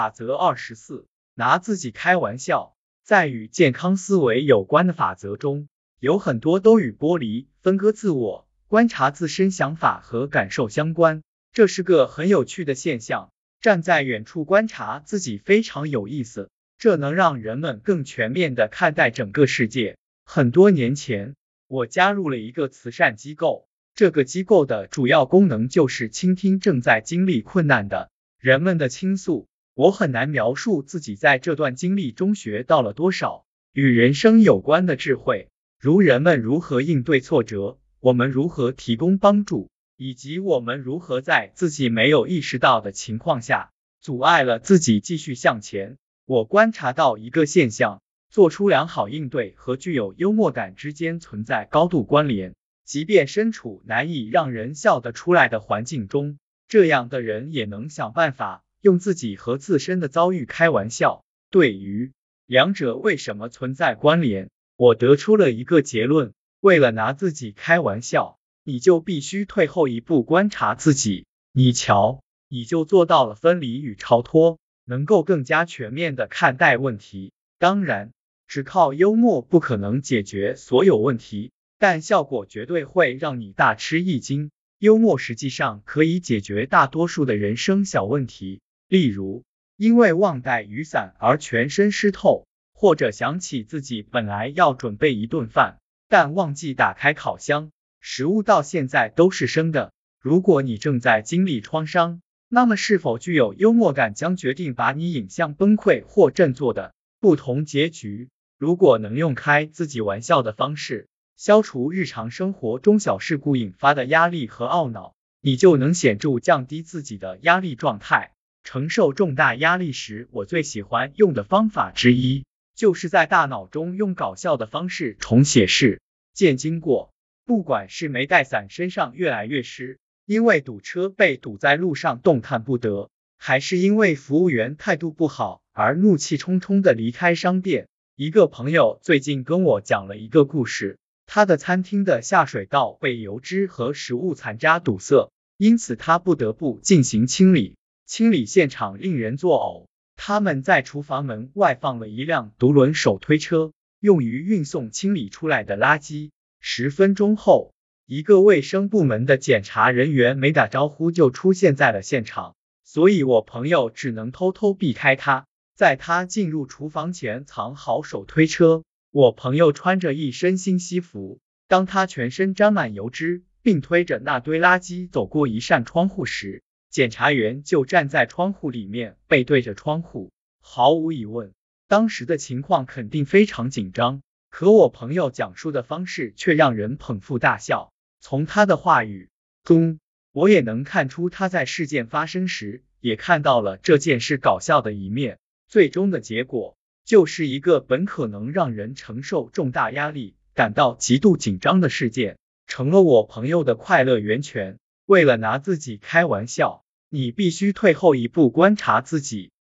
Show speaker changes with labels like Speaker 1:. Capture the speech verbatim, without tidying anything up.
Speaker 1: 法则二十四，拿自己开玩笑。在与健康思维有关的法则中，有很多都与剥离、分割自我、观察自身想法和感受相关。这是个很有趣的现象。站在远处观察自己非常有意思，这能让人们更全面地看待整个世界。很多年前，我加入了一个慈善机构，这个机构的主要功能就是倾听正在经历困难的人们的倾诉。我很难描述自己在这段经历中学到了多少与人生有关的智慧，如人们如何应对挫折，我们如何提供帮助，以及我们如何在自己没有意识到的情况下阻碍了自己继续向前。我观察到一个现象，做出良好应对和具有幽默感之间存在高度关联。即便身处难以让人笑得出来的环境中，这样的人也能想办法用自己和自身的遭遇开玩笑。对于两者为什么存在关联，我得出了一个结论：为了拿自己开玩笑，你就必须退后一步观察自己。你瞧，你就做到了分离与超脱，能够更加全面地看待问题。当然，只靠幽默不可能解决所有问题，但效果绝对会让你大吃一惊。幽默实际上可以解决大多数的人生小问题，例如因为忘带雨伞而全身湿透，或者想起自己本来要准备一顿饭，但忘记打开烤箱，食物到现在都是生的。如果你正在经历创伤，那么是否具有幽默感将决定把你引向崩溃或振作的不同结局。如果能用开自己玩笑的方式消除日常生活中小事故引发的压力和懊恼，你就能显著降低自己的压力状态。承受重大压力时，我最喜欢用的方法之一，就是在大脑中用搞笑的方式重写事件经过。不管是没带伞身上越来越湿，因为堵车被堵在路上动弹不得，还是因为服务员态度不好而怒气冲冲地离开商店。一个朋友最近跟我讲了一个故事，他的餐厅的下水道被油脂和食物残渣堵塞，因此他不得不进行清理。清理现场令人作呕，他们在厨房门外放了一辆独轮手推车，用于运送清理出来的垃圾。十分钟后，一个卫生部门的检查人员没打招呼就出现在了现场，所以我朋友只能偷偷避开他，在他进入厨房前藏好手推车。我朋友穿着一身新西服，当他全身沾满油脂，并推着那堆垃圾走过一扇窗户时，检查员就站在窗户里面，背对着窗户。毫无疑问，当时的情况肯定非常紧张，可我朋友讲述的方式却让人捧腹大笑。从他的话语中，我也能看出他在事件发生时也看到了这件事搞笑的一面。最终的结果就是一个本可能让人承受重大压力、感到极度紧张的事件，成了我朋友的快乐源泉。为了拿自己开玩笑，你必须退后一步观察自己。